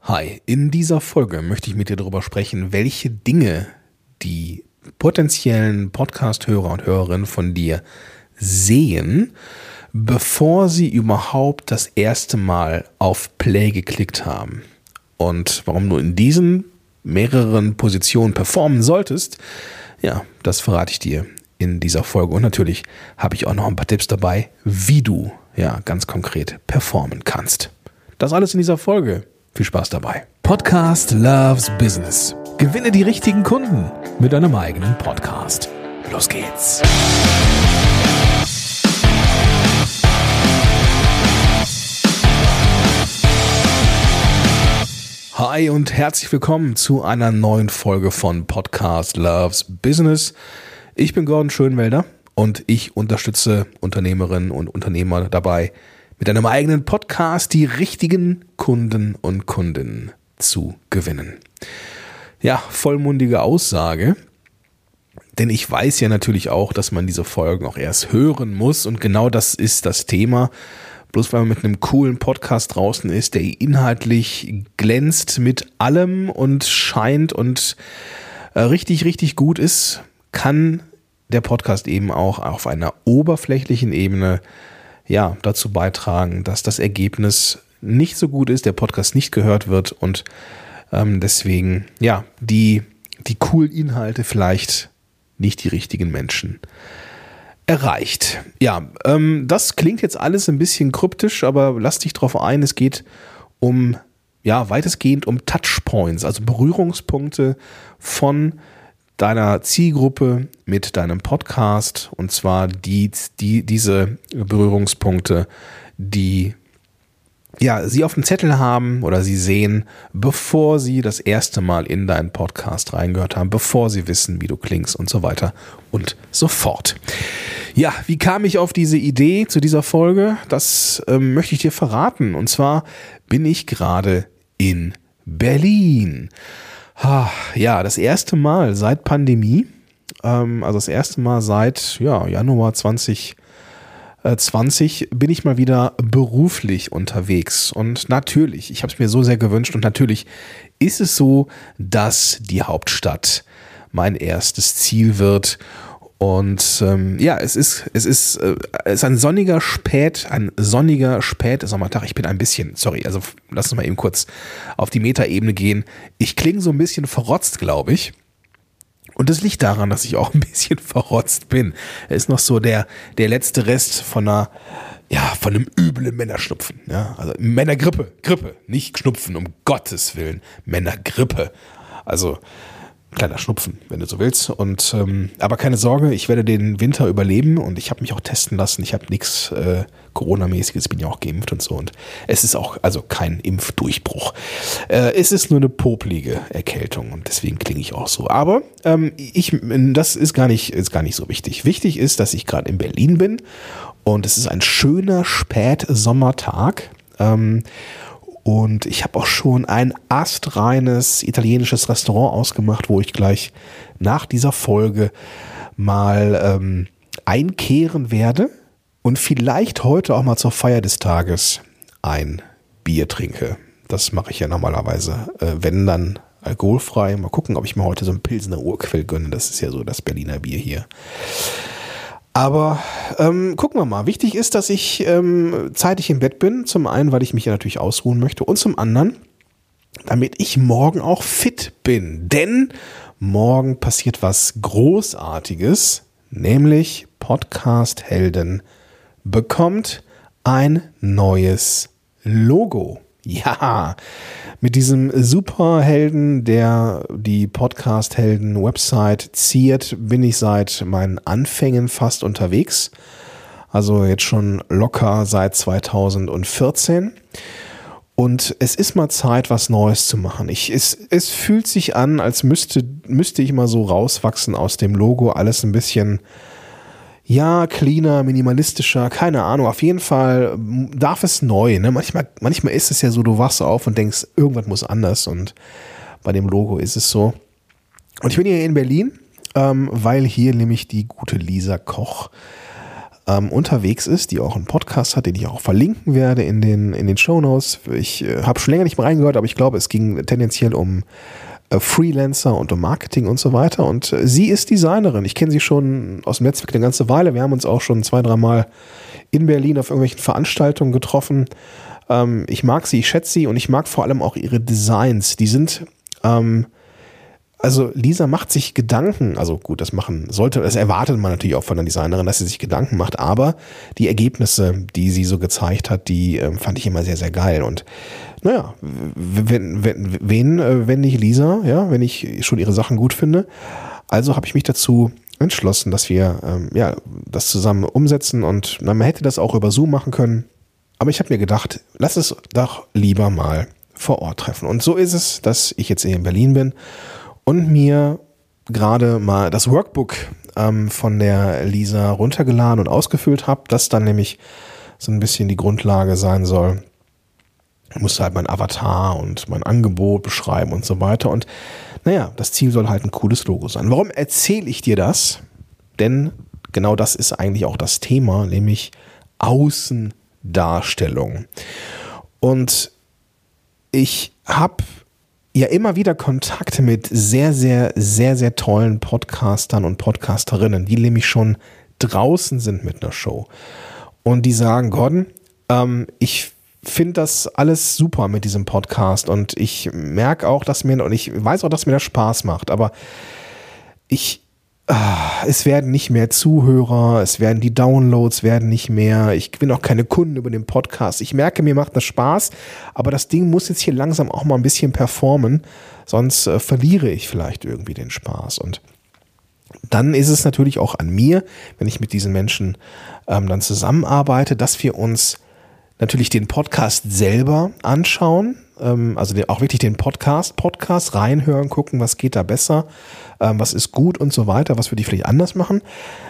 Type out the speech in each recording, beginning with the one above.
Hi, in dieser Folge möchte ich mit dir darüber sprechen, welche Dinge die potenziellen Podcast-Hörer und Hörerinnen von dir sehen, bevor sie überhaupt das erste Mal auf Play geklickt haben. Und warum du in diesen mehreren Positionen performen solltest, ja, das verrate ich dir in dieser Folge. Und natürlich habe ich auch noch ein paar Tipps dabei, wie du ja ganz konkret performen kannst. Das alles in dieser Folge. Viel Spaß dabei. Podcast Loves Business. Gewinne die richtigen Kunden mit deinem eigenen Podcast. Los geht's. Hi und herzlich willkommen zu einer neuen Folge von Podcast Loves Business. Ich bin Gordon Schönwelder und ich unterstütze Unternehmerinnen und Unternehmer dabei, mit einem eigenen Podcast die richtigen Kunden und Kundinnen zu gewinnen. Ja, vollmundige Aussage, denn ich weiß ja natürlich auch, dass man diese Folgen auch erst hören muss und genau das ist das Thema. Bloß weil man mit einem coolen Podcast draußen ist, der inhaltlich glänzt mit allem und scheint und richtig, richtig gut ist, kann der Podcast eben auch auf einer oberflächlichen Ebene ja, dazu beitragen, dass das Ergebnis nicht so gut ist, der Podcast nicht gehört wird und deswegen ja die coolen Inhalte vielleicht nicht die richtigen Menschen erreicht. Ja, das klingt jetzt alles ein bisschen kryptisch, aber lass dich drauf ein, es geht weitestgehend um Touchpoints, also Berührungspunkte von deiner Zielgruppe mit deinem Podcast, und zwar diese Berührungspunkte, die ja sie auf dem Zettel haben oder sie sehen, bevor sie das erste Mal in deinen Podcast reingehört haben, bevor sie wissen, wie du klingst und so weiter und so fort. Ja, wie kam ich auf diese Idee zu dieser Folge? Das möchte ich dir verraten. Und zwar bin ich gerade in Berlin. Ja, das erste Mal seit Pandemie, also das erste Mal seit Januar 2020 bin ich mal wieder beruflich unterwegs. Und natürlich, ich habe es mir so sehr gewünscht und natürlich ist es so, dass die Hauptstadt mein erstes Ziel wird. Und es ist ein sonniger Spätsommertag. Ich bin ein bisschen, also lass uns mal eben kurz auf die Metaebene gehen. Ich klinge so ein bisschen verrotzt, glaube ich. Und das liegt daran, dass ich auch ein bisschen verrotzt bin. Es ist noch so der letzte Rest von einem üblen Männerschnupfen. Ja? Also Männergrippe, nicht Schnupfen, um Gottes Willen. Männergrippe. Also kleiner Schnupfen, wenn du so willst. Und aber keine Sorge, ich werde den Winter überleben und ich habe mich auch testen lassen. Ich habe nichts Corona-mäßiges, bin ja auch geimpft und so. Und es ist auch also kein Impfdurchbruch. Es ist nur eine popelige Erkältung und deswegen klinge ich auch so. Aber das ist gar nicht so wichtig. Wichtig ist, dass ich gerade in Berlin bin und es ist ein schöner Spätsommertag. Und ich habe auch schon ein astreines italienisches Restaurant ausgemacht, wo ich gleich nach dieser Folge mal einkehren werde und vielleicht heute auch mal zur Feier des Tages ein Bier trinke. Das mache ich ja normalerweise, wenn dann alkoholfrei. Mal gucken, ob ich mir heute so ein Pilsener Urquell gönne. Das ist ja so das Berliner Bier hier. Aber gucken wir mal. Wichtig ist, dass ich zeitig im Bett bin. Zum einen, weil ich mich ja natürlich ausruhen möchte. Und zum anderen, damit ich morgen auch fit bin. Denn morgen passiert was Großartiges. Nämlich Podcast Helden bekommt ein neues Logo. Ja, mit diesem Superhelden, der die Podcast-Helden-Website ziert, bin ich seit meinen Anfängen fast unterwegs. Also jetzt schon locker seit 2014. Und es ist mal Zeit, was Neues zu machen. Es fühlt sich an, als müsste ich mal so rauswachsen aus dem Logo. Alles ein bisschen cleaner, minimalistischer, keine Ahnung. Auf jeden Fall darf es neu. Ne? Manchmal ist es ja so, du wachst auf und denkst, irgendwas muss anders. Und bei dem Logo ist es so. Und ich bin hier in Berlin, weil hier nämlich die gute Lisa Koch unterwegs ist, die auch einen Podcast hat, den ich auch verlinken werde in den Shownotes. Ich habe schon länger nicht mehr reingehört, aber ich glaube, es ging tendenziell um Freelancer und um Marketing und so weiter. Und sie ist Designerin. Ich kenne sie schon aus dem Netzwerk eine ganze Weile. Wir haben uns auch schon 2-3 Mal in Berlin auf irgendwelchen Veranstaltungen getroffen. Ich mag sie, ich schätze sie und ich mag vor allem auch ihre Designs. Die sind also Lisa macht sich Gedanken, also gut, das erwartet man natürlich auch von einer Designerin, dass sie sich Gedanken macht, aber die Ergebnisse, die sie so gezeigt hat, die fand ich immer sehr, sehr geil. Und naja, wenn nicht Lisa, ja, wenn ich schon ihre Sachen gut finde, also habe ich mich dazu entschlossen, dass wir das zusammen umsetzen und man hätte das auch über Zoom machen können, aber ich habe mir gedacht, lass es doch lieber mal vor Ort treffen. Und so ist es, dass ich jetzt in Berlin bin und mir gerade mal das Workbook von der Lisa runtergeladen und ausgefüllt habe, das dann nämlich so ein bisschen die Grundlage sein soll. Ich musste halt mein Avatar und mein Angebot beschreiben und so weiter. Und naja, das Ziel soll halt ein cooles Logo sein. Warum erzähle ich dir das? Denn genau das ist eigentlich auch das Thema, nämlich Außendarstellung. Und ich habe ja immer wieder Kontakte mit sehr, sehr, sehr, sehr tollen Podcastern und Podcasterinnen, die nämlich schon draußen sind mit einer Show. Und die sagen, Gordon, ich finde das alles super mit diesem Podcast und ich merke auch, ich weiß auch, dass mir das Spaß macht, aber es werden nicht mehr Zuhörer, die Downloads werden nicht mehr, ich gewinne auch keine Kunden über den Podcast. Ich merke, mir macht das Spaß, aber das Ding muss jetzt hier langsam auch mal ein bisschen performen, sonst verliere ich vielleicht irgendwie den Spaß. Und dann ist es natürlich auch an mir, wenn ich mit diesen Menschen dann zusammenarbeite, dass wir uns natürlich den Podcast selber anschauen, also auch wirklich den Podcast reinhören, gucken, was geht da besser, was ist gut und so weiter, was würde ich vielleicht anders machen.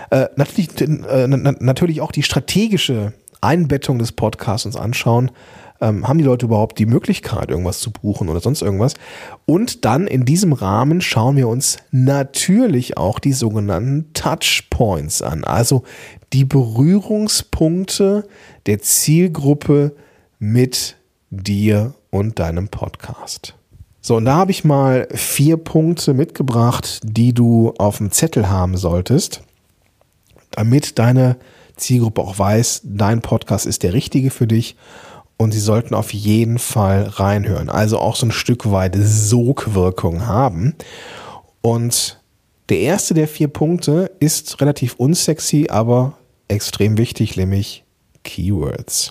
Natürlich auch die strategische Einbettung des Podcasts uns anschauen. Haben die Leute überhaupt die Möglichkeit, irgendwas zu buchen oder sonst irgendwas? Und dann in diesem Rahmen schauen wir uns natürlich auch die sogenannten Touchpoints an, also die Berührungspunkte der Zielgruppe mit dir und deinem Podcast. So, und da habe ich mal 4 Punkte mitgebracht, die du auf dem Zettel haben solltest, damit deine Zielgruppe auch weiß, dein Podcast ist der richtige für dich und sie sollten auf jeden Fall reinhören. Also auch so ein Stück weit Sogwirkung haben. Und der erste der 4 Punkte ist relativ unsexy, aber extrem wichtig, nämlich Keywords.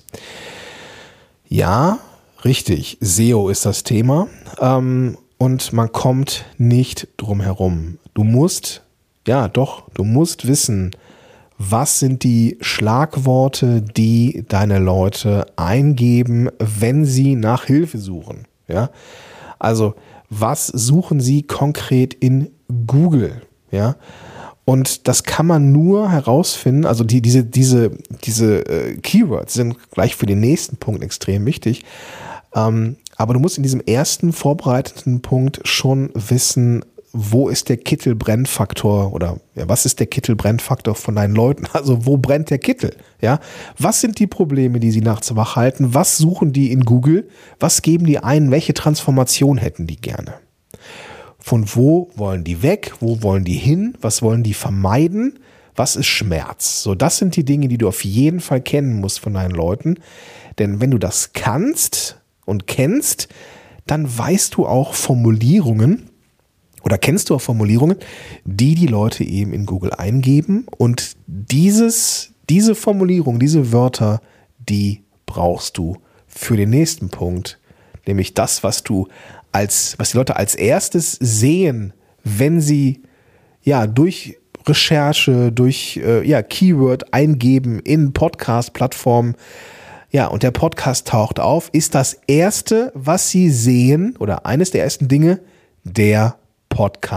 Ja, richtig, SEO ist das Thema und man kommt nicht drum herum. Du musst wissen, was sind die Schlagworte, die deine Leute eingeben, wenn sie nach Hilfe suchen. Ja? Also, was suchen sie konkret in Google? Ja? Und das kann man nur herausfinden, also diese Keywords sind gleich für den nächsten Punkt extrem wichtig, aber du musst in diesem ersten vorbereiteten Punkt schon wissen, wo ist der Kittel-Brennfaktor oder ja, was ist der Kittel-Brennfaktor von deinen Leuten? Also wo brennt der Kittel? Ja, was sind die Probleme, die sie nachts wach halten? Was suchen die in Google? Was geben die ein? Welche Transformation hätten die gerne? Von wo wollen die weg? Wo wollen die hin? Was wollen die vermeiden? Was ist Schmerz? So, das sind die Dinge, die du auf jeden Fall kennen musst von deinen Leuten. Denn wenn du das kannst und kennst, dann weißt du auch Formulierungen, die Leute eben in Google eingeben und diese Formulierung, diese Wörter, die brauchst du für den nächsten Punkt, nämlich das, was die Leute als erstes sehen, wenn sie durch Recherche, durch Keyword eingeben in Podcast-Plattformen, und der Podcast taucht auf, ist das erste, was sie sehen oder eines der ersten Dinge, der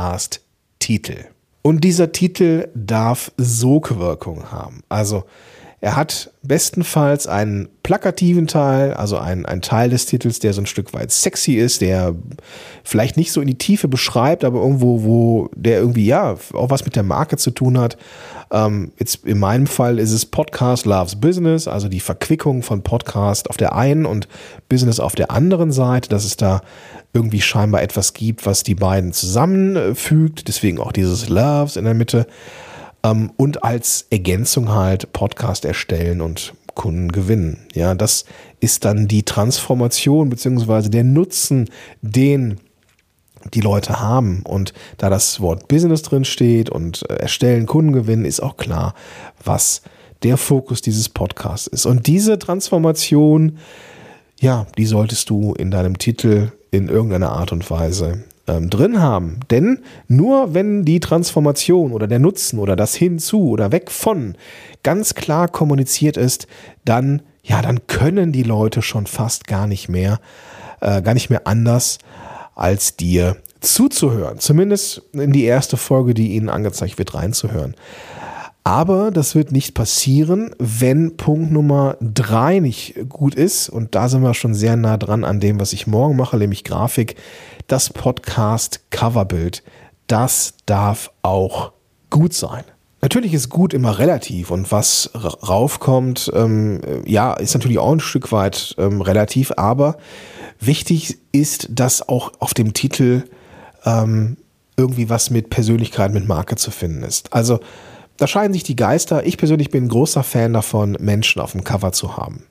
Podcast-Titel. Und dieser Titel darf Sogwirkung haben. Also Er hat bestenfalls einen plakativen Teil, also ein Teil des Titels, der so ein Stück weit sexy ist, der vielleicht nicht so in die Tiefe beschreibt, aber irgendwo, wo der irgendwie ja auch was mit der Marke zu tun hat. Jetzt in meinem Fall ist es Podcast Loves Business, also die Verquickung von Podcast auf der einen und Business auf der anderen Seite, dass es da irgendwie scheinbar etwas gibt, was die beiden zusammenfügt, deswegen auch dieses Loves in der Mitte. Und als Ergänzung halt Podcast erstellen und Kunden gewinnen. Ja, das ist dann die Transformation beziehungsweise der Nutzen, den die Leute haben. Und da das Wort Business drin steht und erstellen, Kunden gewinnen, ist auch klar, was der Fokus dieses Podcasts ist. Und diese Transformation, ja, die solltest du in deinem Titel in irgendeiner Art und Weise drin haben. Denn nur wenn die Transformation oder der Nutzen oder das Hinzu oder weg von ganz klar kommuniziert ist, dann können die Leute schon fast gar nicht mehr anders, als dir zuzuhören. Zumindest in die erste Folge, die ihnen angezeigt wird, reinzuhören. Aber das wird nicht passieren, wenn Punkt Nummer 3 nicht gut ist. Und da sind wir schon sehr nah dran an dem, was ich morgen mache, nämlich Grafik. Das Podcast-Coverbild, das darf auch gut sein. Natürlich ist gut immer relativ und was raufkommt, ist natürlich auch ein Stück weit relativ, aber wichtig ist, dass auch auf dem Titel irgendwie was mit Persönlichkeit, mit Marke zu finden ist. Also da scheiden sich die Geister. Ich persönlich bin ein großer Fan davon, Menschen auf dem Cover zu haben.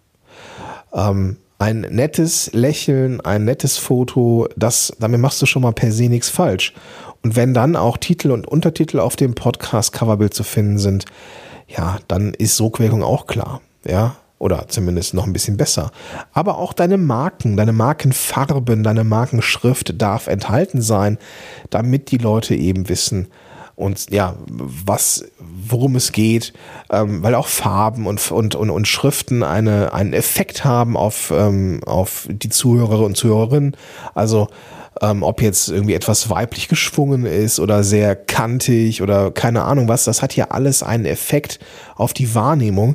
Ein nettes Lächeln, ein nettes Foto, damit machst du schon mal per se nichts falsch. Und wenn dann auch Titel und Untertitel auf dem Podcast-Coverbild zu finden sind, ja, dann ist Sogwirkung auch klar, ja, oder zumindest noch ein bisschen besser. Aber auch deine Marken, deine Markenfarben, deine Markenschrift darf enthalten sein, damit die Leute eben wissen, und ja, worum es geht, weil auch Farben und Schriften einen Effekt haben auf die Zuhörer und Zuhörerinnen. Also ob jetzt irgendwie etwas weiblich geschwungen ist oder sehr kantig oder keine Ahnung was, das hat ja alles einen Effekt auf die Wahrnehmung.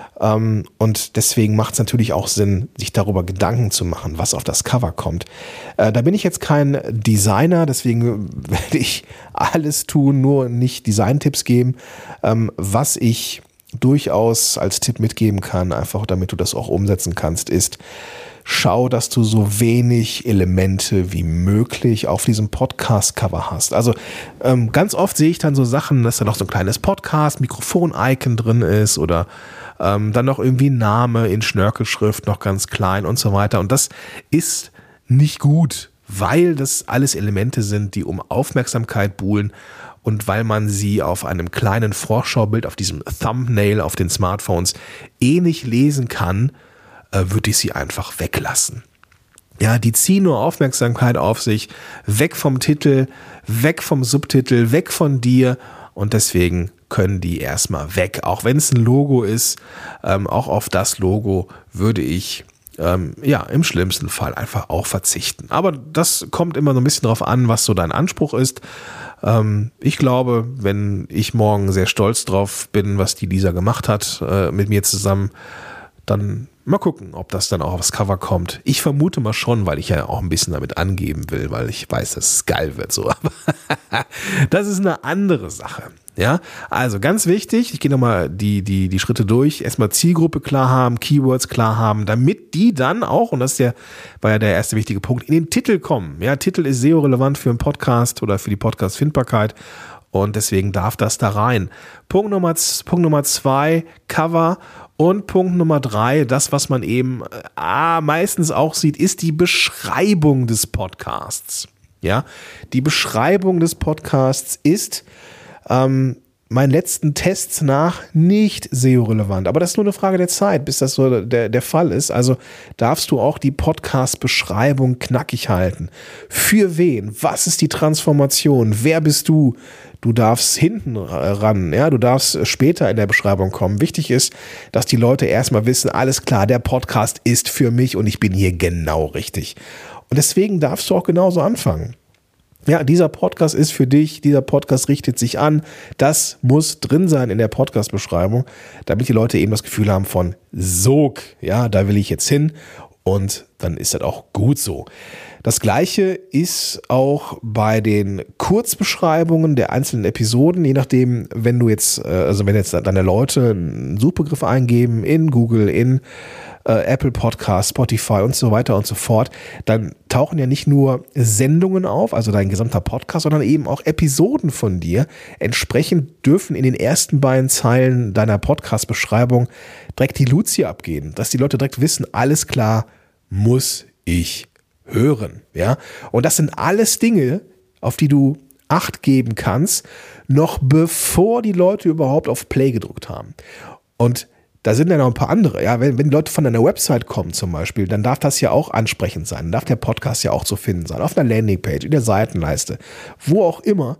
Und deswegen macht es natürlich auch Sinn, sich darüber Gedanken zu machen, was auf das Cover kommt. Da bin ich jetzt kein Designer, deswegen werde ich alles tun, nur nicht Designtipps geben. Was ich durchaus als Tipp mitgeben kann, einfach damit du das auch umsetzen kannst, ist, schau, dass du so wenig Elemente wie möglich auf diesem Podcast-Cover hast. Also ganz oft sehe ich dann so Sachen, dass da noch so ein kleines Podcast-Mikrofon-Icon drin ist oder dann noch irgendwie ein Name in Schnörkelschrift, noch ganz klein und so weiter. Und das ist nicht gut, weil das alles Elemente sind, die um Aufmerksamkeit buhlen und weil man sie auf einem kleinen Vorschaubild, auf diesem Thumbnail auf den Smartphones nicht lesen kann, würde ich sie einfach weglassen. Ja, die ziehen nur Aufmerksamkeit auf sich, weg vom Titel, weg vom Subtitel, weg von dir und deswegen können die erstmal weg. Auch wenn es ein Logo ist, auch auf das Logo würde ich im schlimmsten Fall einfach auch verzichten. Aber das kommt immer so ein bisschen drauf an, was so dein Anspruch ist. Ich glaube, wenn ich morgen sehr stolz drauf bin, was die Lisa gemacht hat mit mir zusammen, dann mal gucken, ob das dann auch aufs Cover kommt. Ich vermute mal schon, weil ich ja auch ein bisschen damit angeben will, weil ich weiß, dass es geil wird so. Aber das ist eine andere Sache. Ja, also ganz wichtig, ich gehe nochmal die Schritte durch, erstmal Zielgruppe klar haben, Keywords klar haben, damit die dann auch, und das war ja der erste wichtige Punkt, in den Titel kommen. Ja, Titel ist SEO-relevant für einen Podcast oder für die Podcast-Findbarkeit und deswegen darf das da rein. Punkt Nummer 2, Cover. Und Punkt Nummer 3, das, was man eben meistens auch sieht, ist die Beschreibung des Podcasts. Ja, die Beschreibung des Podcasts ist meinen letzten Tests nach nicht SEO-relevant. Aber das ist nur eine Frage der Zeit, bis das so der Fall ist. Also darfst du auch die Podcast-Beschreibung knackig halten. Für wen? Was ist die Transformation? Wer bist du? Du darfst hinten ran, ja, du darfst später in der Beschreibung kommen. Wichtig ist, dass die Leute erstmal wissen, alles klar, der Podcast ist für mich und ich bin hier genau richtig. Und deswegen darfst du auch genauso anfangen. ja, dieser Podcast ist für dich, dieser Podcast richtet sich an. Das muss drin sein in der Podcast-Beschreibung, damit die Leute eben das Gefühl haben von Sog, ja, da will ich jetzt hin und dann ist das auch gut so. Das Gleiche ist auch bei den Kurzbeschreibungen der einzelnen Episoden, je nachdem, wenn jetzt deine Leute einen Suchbegriff eingeben in Google, in Apple Podcasts, Spotify und so weiter und so fort, dann tauchen ja nicht nur Sendungen auf, also dein gesamter Podcast, sondern eben auch Episoden von dir. Entsprechend dürfen in den ersten beiden Zeilen deiner Podcast-Beschreibung direkt die Lucia abgehen, dass die Leute direkt wissen, alles klar, muss ich hören. Ja? Und das sind alles Dinge, auf die du Acht geben kannst, noch bevor die Leute überhaupt auf Play gedrückt haben. Und da sind ja noch ein paar andere. Ja, wenn die Leute von einer Website kommen zum Beispiel, dann darf das ja auch ansprechend sein. Dann darf der Podcast ja auch zu finden sein. Auf einer Landingpage, in der Seitenleiste, wo auch immer.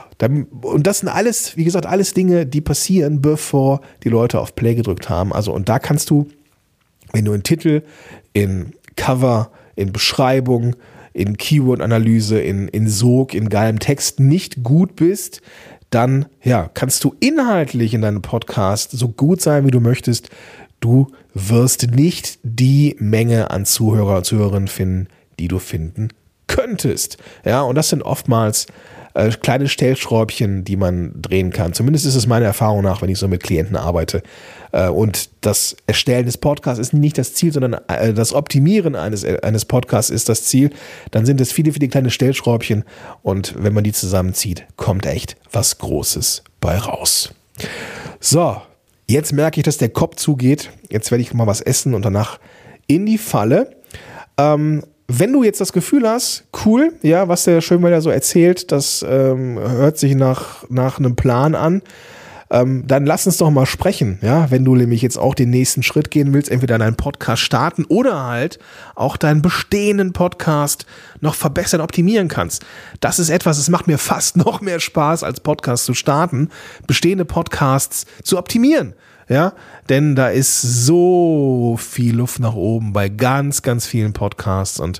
Und das sind alles, wie gesagt, alles Dinge, die passieren, bevor die Leute auf Play gedrückt haben. Also, und da kannst du, wenn du in Titel, in Cover, in Beschreibung, in Keyword-Analyse, in Sog, in geilem Text nicht gut bist, dann ja, kannst du inhaltlich in deinem Podcast so gut sein, wie du möchtest. Du wirst nicht die Menge an Zuhörer und Zuhörerinnen finden, die du finden könntest. Ja, und das sind oftmals kleine Stellschräubchen, die man drehen kann. Zumindest ist es meiner Erfahrung nach, wenn ich so mit Klienten arbeite. Und das Erstellen des Podcasts ist nicht das Ziel, sondern das Optimieren eines Podcasts ist das Ziel. Dann sind es viele, viele kleine Stellschräubchen und wenn man die zusammenzieht, kommt echt was Großes bei raus. So, jetzt merke ich, dass der Kopf zugeht. Jetzt werde ich mal was essen und danach in die Falle. Wenn du jetzt das Gefühl hast, cool, ja, was der Schönwälder so erzählt, das hört sich nach einem Plan an, dann lass uns doch mal sprechen, ja, wenn du nämlich jetzt auch den nächsten Schritt gehen willst, entweder deinen Podcast starten oder halt auch deinen bestehenden Podcast noch verbessern, optimieren kannst. Das ist etwas, es macht mir fast noch mehr Spaß, als Podcast zu starten, bestehende Podcasts zu optimieren. Ja, denn da ist so viel Luft nach oben bei ganz, ganz vielen Podcasts und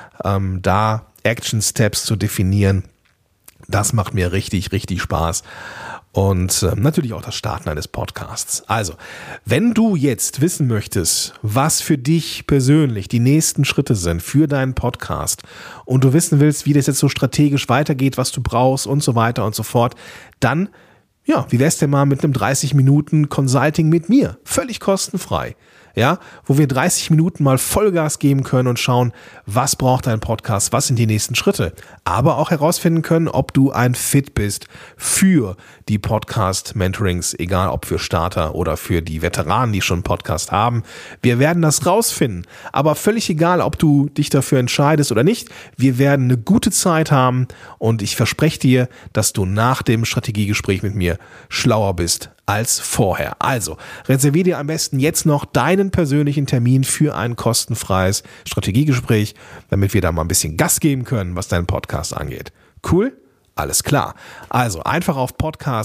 da Action Steps zu definieren, das macht mir richtig, richtig Spaß. Und natürlich auch das Starten eines Podcasts. Also, wenn du jetzt wissen möchtest, was für dich persönlich die nächsten Schritte sind für deinen Podcast und du wissen willst, wie das jetzt so strategisch weitergeht, was du brauchst und so weiter und so fort, dann ja, wie wär's denn mal mit einem 30 Minuten Consulting mit mir? Völlig kostenfrei. Ja, wo wir 30 Minuten mal Vollgas geben können und schauen, was braucht dein Podcast, was sind die nächsten Schritte. Aber auch herausfinden können, ob du ein Fit bist für die Podcast-Mentorings, egal ob für Starter oder für die Veteranen, die schon einen Podcast haben. Wir werden das rausfinden. Aber völlig egal, ob du dich dafür entscheidest oder nicht. Wir werden eine gute Zeit haben und ich verspreche dir, dass du nach dem Strategiegespräch mit mir schlauer bist als vorher. Also, reservier dir am besten jetzt noch deinen persönlichen Termin für ein kostenfreies Strategiegespräch, damit wir da mal ein bisschen Gas geben können, was deinen Podcast angeht. Cool? Alles klar. Also, einfach auf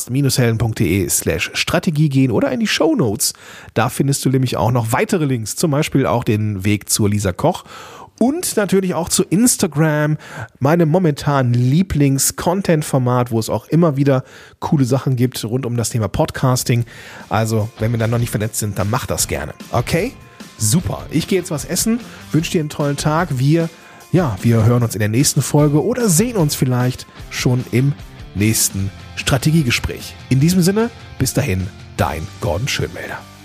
podcast-helden.de/Strategie gehen oder in die Shownotes. Da findest du nämlich auch noch weitere Links, zum Beispiel auch den Weg zur Lisa Koch. Und natürlich auch zu Instagram, meinem momentanen Lieblings-Content-Format, wo es auch immer wieder coole Sachen gibt rund um das Thema Podcasting. Also, wenn wir dann noch nicht vernetzt sind, dann mach das gerne. Okay? Super. Ich gehe jetzt was essen, wünsche dir einen tollen Tag. Wir hören uns in der nächsten Folge oder sehen uns vielleicht schon im nächsten Strategiegespräch. In diesem Sinne, bis dahin, dein Gordon Schönwälder.